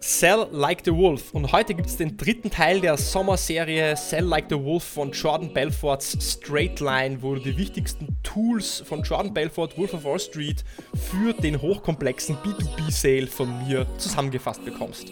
Sell Like the Wolf. Und heute gibt es den dritten Teil der Sommerserie Sell Like the Wolf von Jordan Belforts Straight Line, wo du die wichtigsten Tools von Jordan Belfort, Wolf of Wall Street, für den hochkomplexen B2B-Sale von mir zusammengefasst bekommst.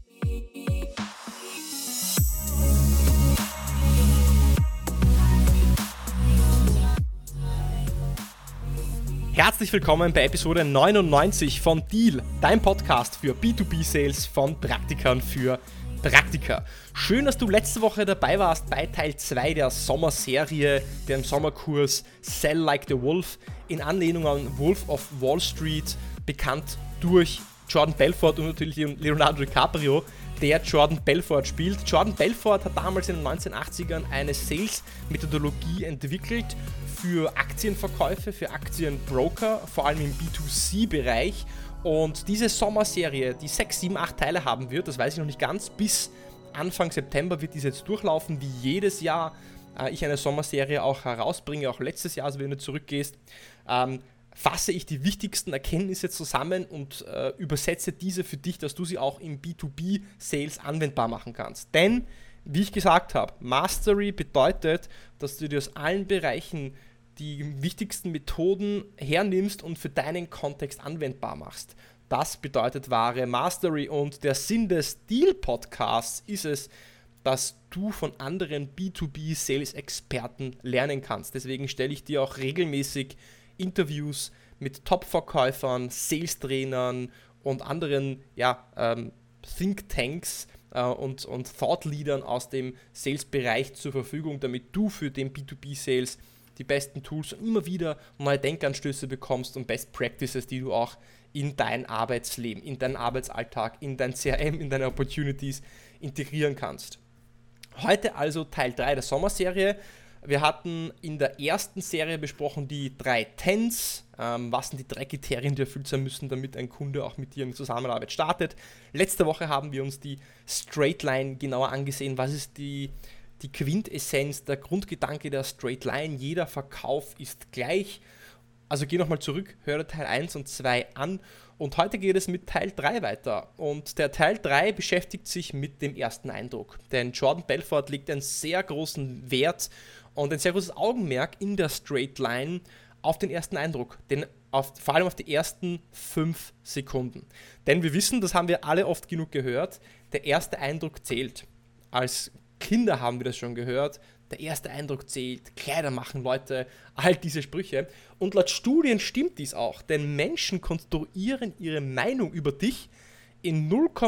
Herzlich willkommen bei Episode 99 von Deal, dein Podcast für B2B-Sales von Praktikern für Praktiker. Schön, dass du letzte Woche dabei warst bei Teil 2 der Sommerserie, dem Sommerkurs Sell Like the Wolf, in Anlehnung an Wolf of Wall Street, bekannt durch Jordan Belfort und natürlich Leonardo DiCaprio, der Jordan Belfort spielt. Jordan Belfort hat damals in den 1980ern eine Sales-Methodologie entwickelt für Aktienverkäufe, für Aktienbroker, vor allem im B2C-Bereich. Und diese Sommerserie, die 6, 7, 8 Teile haben wird, das weiß ich noch nicht ganz, bis Anfang September wird diese jetzt durchlaufen, wie jedes Jahr ich eine Sommerserie auch herausbringe, auch letztes Jahr, also wenn du zurückgehst, fasse ich die wichtigsten Erkenntnisse zusammen und übersetze diese für dich, dass du sie auch im B2B-Sales anwendbar machen kannst. Denn, wie ich gesagt habe, Mastery bedeutet, dass du dir aus allen Bereichen die wichtigsten Methoden hernimmst und für deinen Kontext anwendbar machst. Das bedeutet wahre Mastery, und der Sinn des Deal-Podcasts ist es, dass du von anderen B2B-Sales-Experten lernen kannst. Deswegen stelle ich dir auch regelmäßig Interviews mit Top-Verkäufern, Sales-Trainern und anderen Think-Tanks und Thought-Leadern aus dem Sales-Bereich zur Verfügung, damit du für den B2B-Sales die besten Tools und immer wieder neue Denkanstöße bekommst und Best Practices, die du auch in dein Arbeitsleben, in deinen Arbeitsalltag, in dein CRM, in deine Opportunities integrieren kannst. Heute also Teil 3 der Sommerserie. Wir hatten in der ersten Serie besprochen die 3 Tens, was sind die 3 Kriterien, die erfüllt sein müssen, damit ein Kunde auch mit dir in Zusammenarbeit startet. Letzte Woche haben wir uns die Straight Line genauer angesehen. Was ist die Quintessenz, der Grundgedanke der Straight Line? Jeder Verkauf ist gleich. Also geh nochmal zurück, höre Teil 1 und 2 an, und heute geht es mit Teil 3 weiter. Und der Teil 3 beschäftigt sich mit dem ersten Eindruck. Denn Jordan Belfort legt einen sehr großen Wert und ein sehr großes Augenmerk in der Straight Line auf den ersten Eindruck, vor allem auf die ersten 5 Sekunden. Denn wir wissen, das haben wir alle oft genug gehört, der erste Eindruck zählt. Als Kinder haben wir das schon gehört, der erste Eindruck zählt, Kleider machen Leute, all diese Sprüche. Und laut Studien stimmt dies auch, denn Menschen konstruieren ihre Meinung über dich in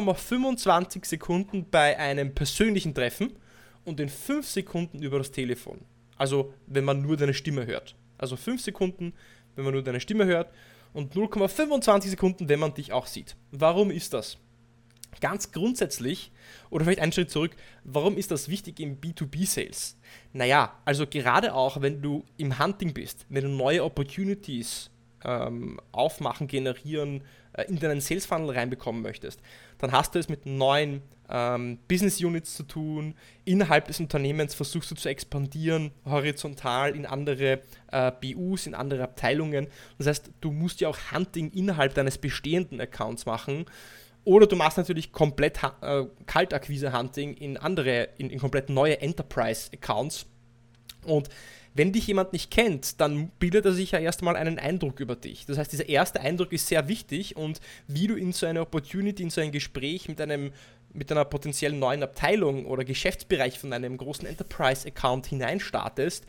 0,25 Sekunden bei einem persönlichen Treffen und in 5 Sekunden über das Telefon. Also wenn man nur deine Stimme hört. Also 5 Sekunden, wenn man nur deine Stimme hört, und 0,25 Sekunden, wenn man dich auch sieht. Warum ist das? Ganz grundsätzlich, oder vielleicht einen Schritt zurück, warum ist das wichtig im B2B-Sales? Naja, also gerade auch, wenn du im Hunting bist, wenn du neue Opportunities aufmachen, generieren, in deinen Sales-Funnel reinbekommen möchtest, dann hast du es mit neuen Business Units zu tun. Innerhalb des Unternehmens versuchst du zu expandieren, horizontal in andere BUs, in andere Abteilungen. Das heißt, du musst ja auch Hunting innerhalb deines bestehenden Accounts machen. Oder du machst natürlich komplett Kaltakquise-Hunting in komplett neue Enterprise-Accounts. Und wenn dich jemand nicht kennt, dann bildet er sich ja erstmal einen Eindruck über dich. Das heißt, dieser erste Eindruck ist sehr wichtig, und wie du in so eine Opportunity, in so ein Gespräch mit einer potenziellen neuen Abteilung oder Geschäftsbereich von einem großen Enterprise-Account hineinstartest,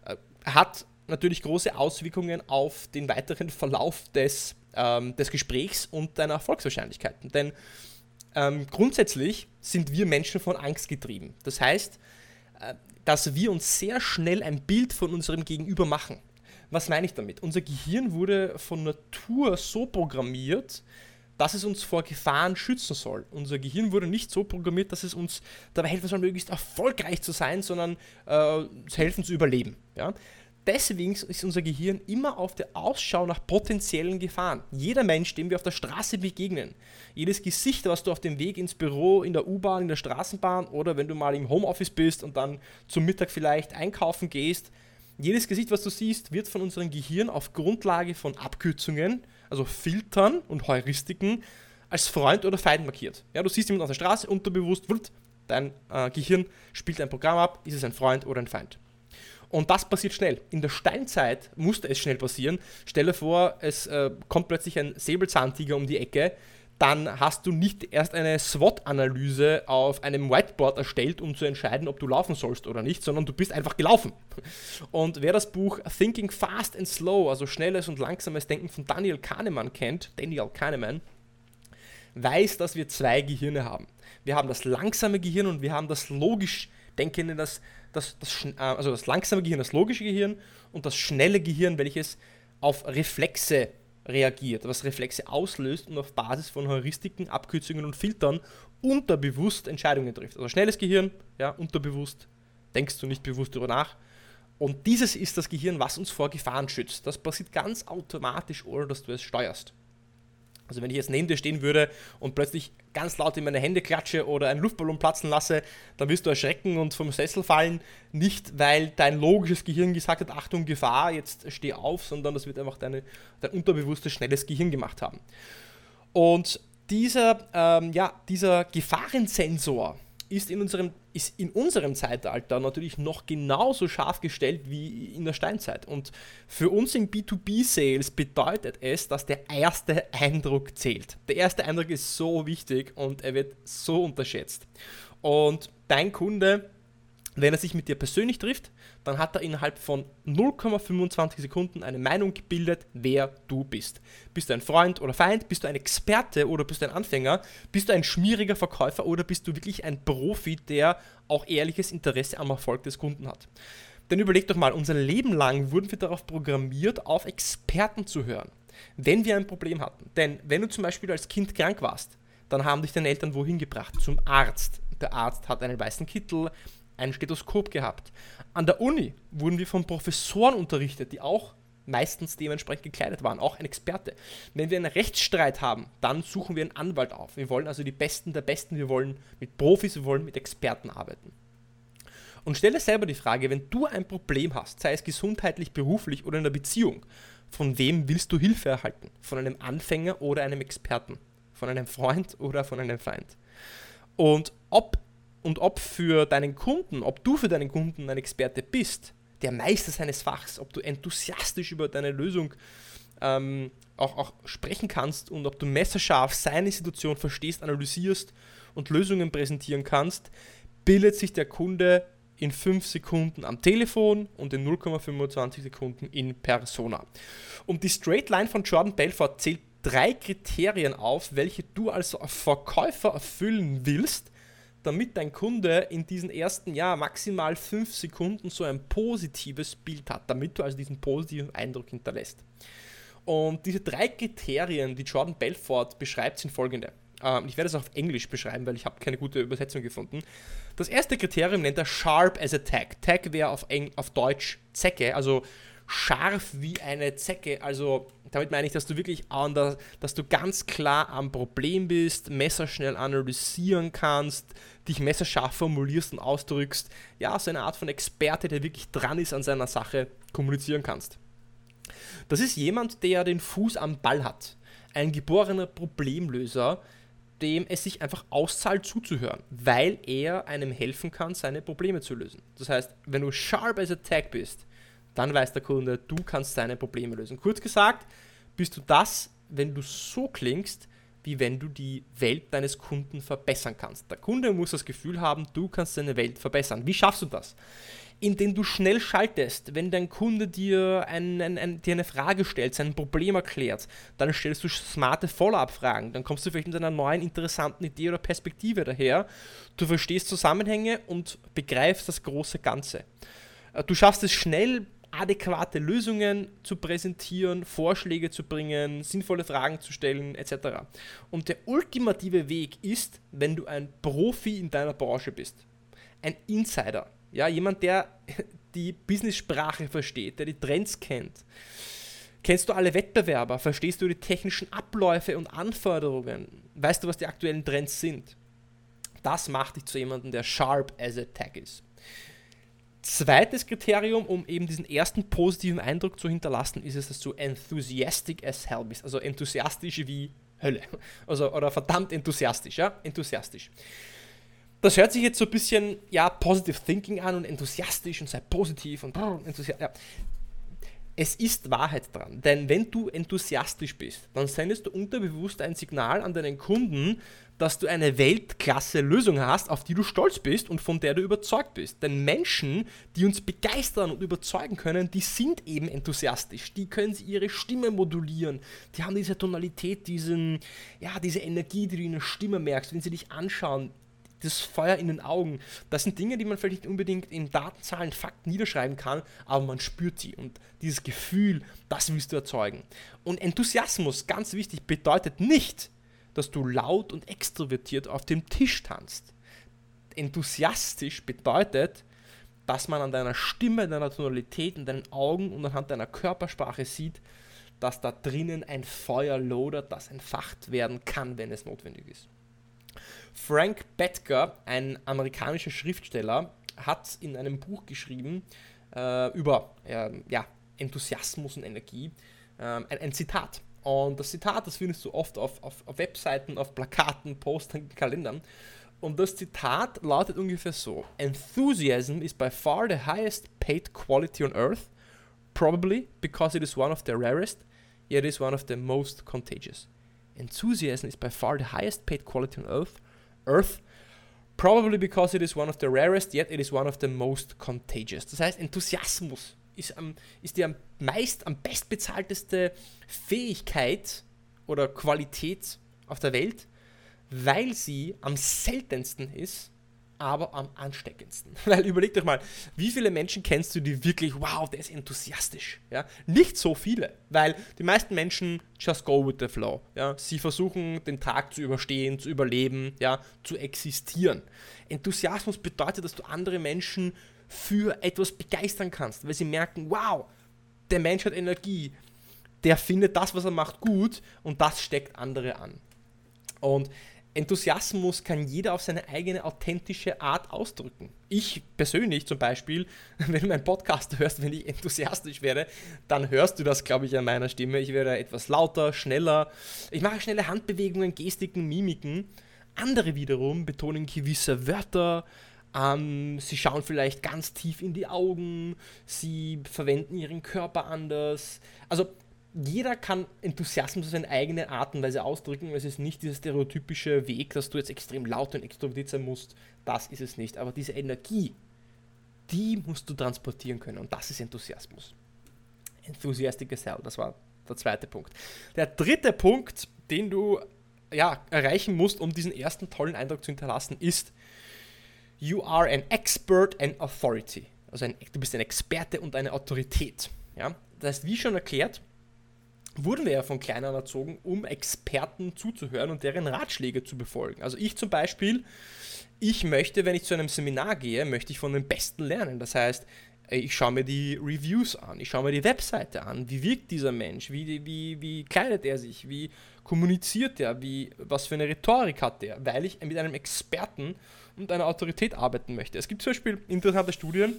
hat natürlich große Auswirkungen auf den weiteren Verlauf des Gesprächs und deiner Erfolgswahrscheinlichkeiten. Denn grundsätzlich sind wir Menschen von Angst getrieben. Das heißt, dass wir uns sehr schnell ein Bild von unserem Gegenüber machen. Was meine ich damit? Unser Gehirn wurde von Natur so programmiert, dass es uns vor Gefahren schützen soll. Unser Gehirn wurde nicht so programmiert, dass es uns dabei helfen soll, möglichst erfolgreich zu sein, sondern helfen zu überleben. Ja? Deswegen ist unser Gehirn immer auf der Ausschau nach potenziellen Gefahren. Jeder Mensch, dem wir auf der Straße begegnen, jedes Gesicht, was du auf dem Weg ins Büro, in der U-Bahn, in der Straßenbahn oder wenn du mal im Homeoffice bist und dann zum Mittag vielleicht einkaufen gehst, jedes Gesicht, was du siehst, wird von unserem Gehirn auf Grundlage von Abkürzungen, also Filtern und Heuristiken, als Freund oder Feind markiert. Ja, du siehst jemanden auf der Straße, unterbewusst, dein Gehirn spielt ein Programm ab, ist es ein Freund oder ein Feind. Und das passiert schnell. In der Steinzeit musste es schnell passieren. Stell dir vor, es kommt plötzlich ein Säbelzahntiger um die Ecke, dann hast du nicht erst eine SWOT-Analyse auf einem Whiteboard erstellt, um zu entscheiden, ob du laufen sollst oder nicht, sondern du bist einfach gelaufen. Und wer das Buch Thinking Fast and Slow, also schnelles und langsames Denken von Daniel Kahneman kennt, weiß, dass wir zwei Gehirne haben. Wir haben das langsame Gehirn und wir haben das logisch denkende, das langsame Gehirn, das logische Gehirn und das schnelle Gehirn, welches auf Reflexe reagiert, was Reflexe auslöst und auf Basis von Heuristiken, Abkürzungen und Filtern unterbewusst Entscheidungen trifft. Also schnelles Gehirn, ja, unterbewusst, denkst du nicht bewusst darüber nach. Und dieses ist das Gehirn, was uns vor Gefahren schützt. Das passiert ganz automatisch, ohne dass du es steuerst. Also wenn ich jetzt neben dir stehen würde und plötzlich ganz laut in meine Hände klatsche oder einen Luftballon platzen lasse, dann wirst du erschrecken und vom Sessel fallen. Nicht, weil dein logisches Gehirn gesagt hat, Achtung, Gefahr, jetzt steh auf, sondern das wird einfach dein unterbewusstes, schnelles Gehirn gemacht haben. Und dieser Gefahrensensor ist in unserem Zeitalter natürlich noch genauso scharf gestellt wie in der Steinzeit. Und für uns im B2B-Sales bedeutet es, dass der erste Eindruck zählt. Der erste Eindruck ist so wichtig und er wird so unterschätzt. Und dein Kunde, wenn er sich mit dir persönlich trifft, dann hat er innerhalb von 0,25 Sekunden eine Meinung gebildet, wer du bist. Bist du ein Freund oder Feind? Bist du ein Experte oder bist du ein Anfänger? Bist du ein schmieriger Verkäufer oder bist du wirklich ein Profi, der auch ehrliches Interesse am Erfolg des Kunden hat? Denn überleg doch mal, unser Leben lang wurden wir darauf programmiert, auf Experten zu hören, wenn wir ein Problem hatten. Denn wenn du zum Beispiel als Kind krank warst, dann haben dich deine Eltern wohin gebracht? Zum Arzt. Der Arzt hat einen weißen Kittel, ein Stethoskop gehabt. An der Uni wurden wir von Professoren unterrichtet, die auch meistens dementsprechend gekleidet waren, auch ein Experte. Wenn wir einen Rechtsstreit haben, dann suchen wir einen Anwalt auf. Wir wollen also die Besten der Besten, wir wollen mit Profis, wir wollen mit Experten arbeiten. Und stell dir selber die Frage, wenn du ein Problem hast, sei es gesundheitlich, beruflich oder in der Beziehung, von wem willst du Hilfe erhalten? Von einem Anfänger oder einem Experten? Von einem Freund oder von einem Feind? Und ob für deinen Kunden, ob du für deinen Kunden ein Experte bist, der Meister seines Fachs, ob du enthusiastisch über deine Lösung auch sprechen kannst und ob du messerscharf seine Situation verstehst, analysierst und Lösungen präsentieren kannst, bildet sich der Kunde in 5 Sekunden am Telefon und in 0,25 Sekunden in Persona. Und die Straight Line von Jordan Belfort zählt 3 Kriterien auf, welche du als Verkäufer erfüllen willst, damit dein Kunde in diesen ersten maximal 5 Sekunden so ein positives Bild hat, damit du also diesen positiven Eindruck hinterlässt. Und diese 3 Kriterien, die Jordan Belfort beschreibt, sind folgende. Ich werde es auf Englisch beschreiben, weil ich habe keine gute Übersetzung gefunden. Das erste Kriterium nennt er Sharp as a Tack. Tack wäre auf Deutsch Zecke, also scharf wie eine Zecke, also damit meine ich, dass du wirklich dass du ganz klar am Problem bist, messerschnell analysieren kannst, dich messerscharf formulierst und ausdrückst, ja, so eine Art von Experte, der wirklich dran ist an seiner Sache, kommunizieren kannst. Das ist jemand, der den Fuß am Ball hat, ein geborener Problemlöser, dem es sich einfach auszahlt zuzuhören, weil er einem helfen kann, seine Probleme zu lösen. Das heißt, wenn du sharp as a tack bist, dann weiß der Kunde, du kannst seine Probleme lösen. Kurz gesagt, bist du das, wenn du so klingst, wie wenn du die Welt deines Kunden verbessern kannst. Der Kunde muss das Gefühl haben, du kannst seine Welt verbessern. Wie schaffst du das? Indem du schnell schaltest. Wenn dein Kunde dir eine Frage stellt, sein Problem erklärt, dann stellst du smarte Follow-up-Fragen. Dann kommst du vielleicht mit einer neuen, interessanten Idee oder Perspektive daher. Du verstehst Zusammenhänge und begreifst das große Ganze. Du schaffst es schnell, adäquate Lösungen zu präsentieren, Vorschläge zu bringen, sinnvolle Fragen zu stellen, etc. Und der ultimative Weg ist, wenn du ein Profi in deiner Branche bist. Ein Insider, ja, jemand, der die Business-Sprache versteht, der die Trends kennt. Kennst du alle Wettbewerber? Verstehst du die technischen Abläufe und Anforderungen? Weißt du, was die aktuellen Trends sind? Das macht dich zu jemandem, der sharp as a tack ist. Zweites Kriterium, um eben diesen ersten positiven Eindruck zu hinterlassen, ist es, dass du enthusiastic as hell bist, also enthusiastisch wie Hölle. Also, oder verdammt enthusiastisch, ja? Enthusiastisch. Das hört sich jetzt so ein bisschen, ja, Positive Thinking an und enthusiastisch und sei positiv und enthusiastisch. Ja. Es ist Wahrheit dran, denn wenn du enthusiastisch bist, dann sendest du unterbewusst ein Signal an deinen Kunden, dass du eine Weltklasse-Lösung hast, auf die du stolz bist und von der du überzeugt bist. Denn Menschen, die uns begeistern und überzeugen können, die sind eben enthusiastisch. Die können ihre Stimme modulieren. Die haben diese Tonalität, diese Energie, die du in der Stimme merkst, wenn sie dich anschauen. Das Feuer in den Augen, das sind Dinge, die man vielleicht nicht unbedingt in Daten, Zahlen, Fakten niederschreiben kann, aber man spürt sie und dieses Gefühl, das willst du erzeugen. Und Enthusiasmus, ganz wichtig, bedeutet nicht, dass du laut und extrovertiert auf dem Tisch tanzt. Enthusiastisch bedeutet, dass man an deiner Stimme, deiner Tonalität, in deinen Augen und anhand deiner Körpersprache sieht, dass da drinnen ein Feuer lodert, das entfacht werden kann, wenn es notwendig ist. Frank Bettger, ein amerikanischer Schriftsteller, hat in einem Buch geschrieben über Enthusiasmus und Energie, ein Zitat. Und das Zitat, das findest du oft auf Webseiten, auf Plakaten, Postern, Kalendern. Und das Zitat lautet ungefähr so: Enthusiasm is by far the highest paid quality on earth, probably because it is one of the rarest, yet it is one of the most contagious. Enthusiasm is by far the highest paid quality on earth, probably because it is one of the rarest, yet it is one of the most contagious. Das heißt, Enthusiasmus ist die am bestbezahlteste Fähigkeit oder Qualität auf der Welt, weil sie am seltensten ist, aber am ansteckendsten. Weil überleg doch mal, wie viele Menschen kennst du, die wirklich, wow, der ist enthusiastisch. Ja? Nicht so viele, weil die meisten Menschen just go with the flow. Ja? Sie versuchen, den Tag zu überstehen, zu überleben, ja? Zu existieren. Enthusiasmus bedeutet, dass du andere Menschen für etwas begeistern kannst, weil sie merken, wow, der Mensch hat Energie, der findet das, was er macht, gut und das steckt andere an. Und Enthusiasmus kann jeder auf seine eigene authentische Art ausdrücken. Ich persönlich zum Beispiel, wenn du meinen Podcast hörst, wenn ich enthusiastisch werde, dann hörst du das, glaube ich, an meiner Stimme. Ich werde etwas lauter, schneller. Ich mache schnelle Handbewegungen, Gestiken, Mimiken. Andere wiederum betonen gewisse Wörter. Sie schauen vielleicht ganz tief in die Augen. Sie verwenden ihren Körper anders. Also jeder kann Enthusiasmus auf seine eigene Art und Weise ausdrücken. Es ist nicht dieser stereotypische Weg, dass du jetzt extrem laut und extrovertiert sein musst. Das ist es nicht. Aber diese Energie, die musst du transportieren können. Und das ist Enthusiasmus. Enthusiastic as hell, das war der zweite Punkt. Der dritte Punkt, den du erreichen musst, um diesen ersten tollen Eindruck zu hinterlassen, ist: You are an expert and authority. Also du bist ein Experte und eine Autorität. Ja? Das heißt, wie schon erklärt, wurden wir ja von klein an erzogen, um Experten zuzuhören und deren Ratschläge zu befolgen. Also ich zum Beispiel, ich möchte, wenn ich zu einem Seminar gehe, möchte ich von den Besten lernen. Das heißt, ich schaue mir die Reviews an, ich schaue mir die Webseite an, wie wirkt dieser Mensch, wie kleidet er sich, wie kommuniziert er, was für eine Rhetorik hat er, weil ich mit einem Experten und einer Autorität arbeiten möchte. Es gibt zum Beispiel interessante Studien,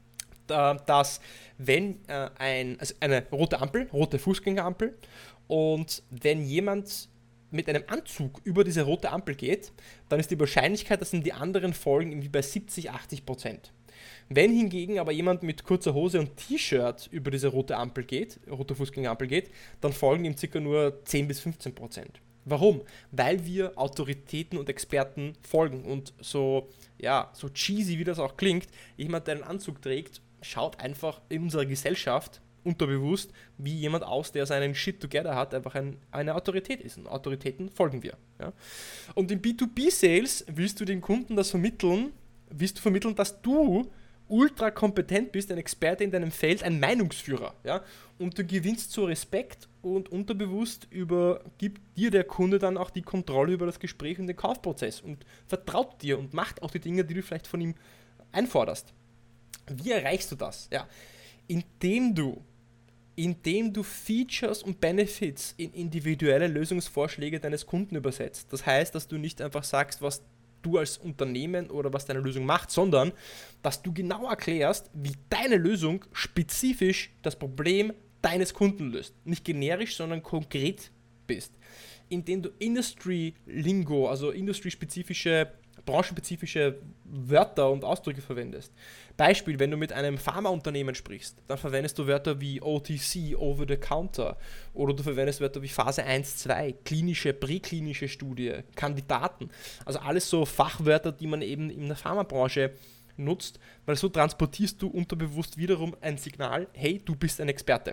dass wenn eine rote Ampel, rote Fußgängerampel, und wenn jemand mit einem Anzug über diese rote Ampel geht, dann ist die Wahrscheinlichkeit, dass ihm die anderen folgen, irgendwie bei 70-80%. Wenn hingegen aber jemand mit kurzer Hose und T-Shirt über diese rote Fußgängerampel geht, dann folgen ihm ca. nur 10-15%. Warum? Weil wir Autoritäten und Experten folgen und so cheesy wie das auch klingt, jemand, der einen Anzug trägt, schaut einfach in unserer Gesellschaft unterbewusst wie jemand aus, der seinen Shit together hat, einfach eine Autorität ist. Und Autoritäten folgen wir. Ja? Und im B2B-Sales willst du den Kunden vermitteln, dass du ultra kompetent bist, ein Experte in deinem Feld, ein Meinungsführer. Ja? Und du gewinnst so Respekt und unterbewusst gibt dir der Kunde dann auch die Kontrolle über das Gespräch und den Kaufprozess und vertraut dir und macht auch die Dinge, die du vielleicht von ihm einforderst. Wie erreichst du das? Ja, indem du Features und Benefits in individuelle Lösungsvorschläge deines Kunden übersetzt. Das heißt, dass du nicht einfach sagst, was du als Unternehmen oder was deine Lösung macht, sondern dass du genau erklärst, wie deine Lösung spezifisch das Problem deines Kunden löst. Nicht generisch, sondern konkret bist. indem du Industry-Lingo, also branchenspezifische Wörter und Ausdrücke verwendest. Beispiel, wenn du mit einem Pharmaunternehmen sprichst, dann verwendest du Wörter wie OTC, Over the Counter, oder du verwendest Wörter wie Phase 1, 2, klinische, präklinische Studie, Kandidaten. Also alles so Fachwörter, die man eben in der Pharmabranche nutzt, weil so transportierst du unterbewusst wiederum ein Signal, hey, du bist ein Experte.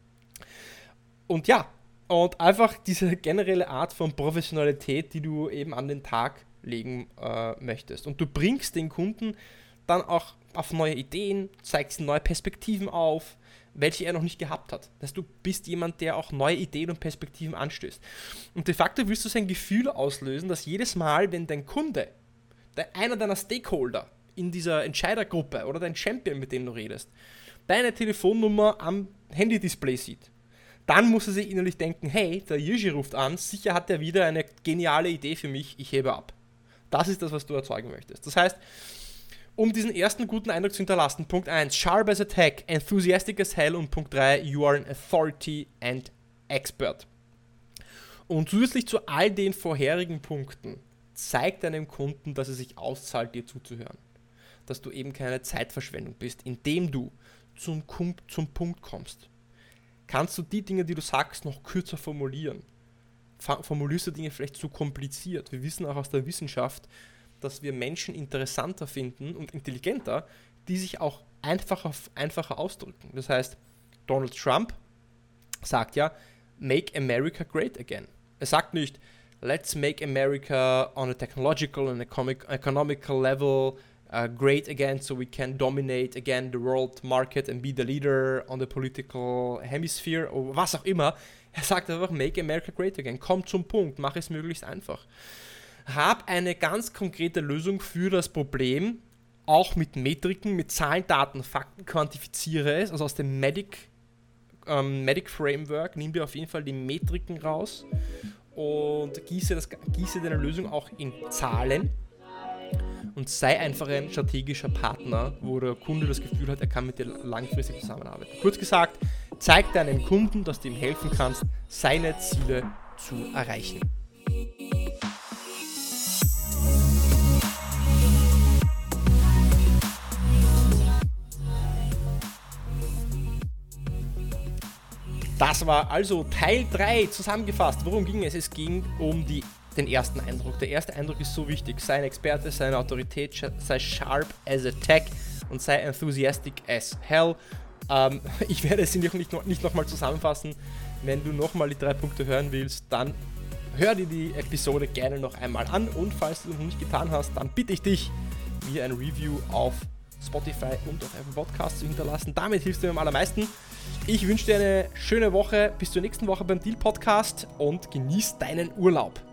Und ja, und einfach diese generelle Art von Professionalität, die du eben an den Tag legen möchtest. Und du bringst den Kunden dann auch auf neue Ideen, zeigst neue Perspektiven auf, welche er noch nicht gehabt hat. Das heißt, du bist jemand, der auch neue Ideen und Perspektiven anstößt. Und de facto willst du sein Gefühl auslösen, dass jedes Mal, wenn dein Kunde, einer deiner Stakeholder in dieser Entscheidergruppe oder dein Champion, mit dem du redest, deine Telefonnummer am Handy-Display sieht, dann muss er sich innerlich denken, hey, der Jiří ruft an, sicher hat er wieder eine geniale Idee für mich, ich hebe ab. Das ist das, was du erzeugen möchtest. Das heißt, um diesen ersten guten Eindruck zu hinterlassen, Punkt 1, sharp as a tack, enthusiastic as hell, und Punkt 3, you are an authority and expert. Und zusätzlich zu all den vorherigen Punkten, zeig deinem Kunden, dass es sich auszahlt, dir zuzuhören. Dass du eben keine Zeitverschwendung bist, indem du zum Punkt kommst. Kannst du die Dinge, die du sagst, noch kürzer formulieren? Formulierst du Dinge vielleicht zu kompliziert? Wir wissen auch aus der Wissenschaft, dass wir Menschen interessanter finden und intelligenter, die sich auch einfacher ausdrücken. Das heißt, Donald Trump sagt ja, make America great again. Er sagt nicht, let's make America on a technological and economical level great again so we can dominate again the world market and be the leader on the political hemisphere oder was auch immer. Er sagt einfach, make America great again. Komm zum Punkt, mach es möglichst einfach. Hab eine ganz konkrete Lösung für das Problem, auch mit Metriken, mit Zahlen, Daten, Fakten, quantifiziere es, also aus dem Medic Framework, nimm dir auf jeden Fall die Metriken raus und gieße deine Lösung auch in Zahlen und sei einfach ein strategischer Partner, wo der Kunde das Gefühl hat, er kann mit dir langfristig zusammenarbeiten. Kurz gesagt, zeig deinem Kunden, dass du ihm helfen kannst, seine Ziele zu erreichen. Das war also Teil 3 zusammengefasst. Worum ging es? Es ging um den ersten Eindruck. Der erste Eindruck ist so wichtig. Sei ein Experte, sei eine Autorität, sei sharp as a tack und sei enthusiastic as hell. Ich werde es nicht nochmal zusammenfassen. Wenn du nochmal die 3 Punkte hören willst, dann hör dir die Episode gerne noch einmal an. Und falls du es noch nicht getan hast, dann bitte ich dich, mir ein Review auf Spotify und auf Apple Podcasts zu hinterlassen. Damit hilfst du mir am allermeisten. Ich wünsche dir eine schöne Woche. Bis zur nächsten Woche beim Deal Podcast und genieß deinen Urlaub.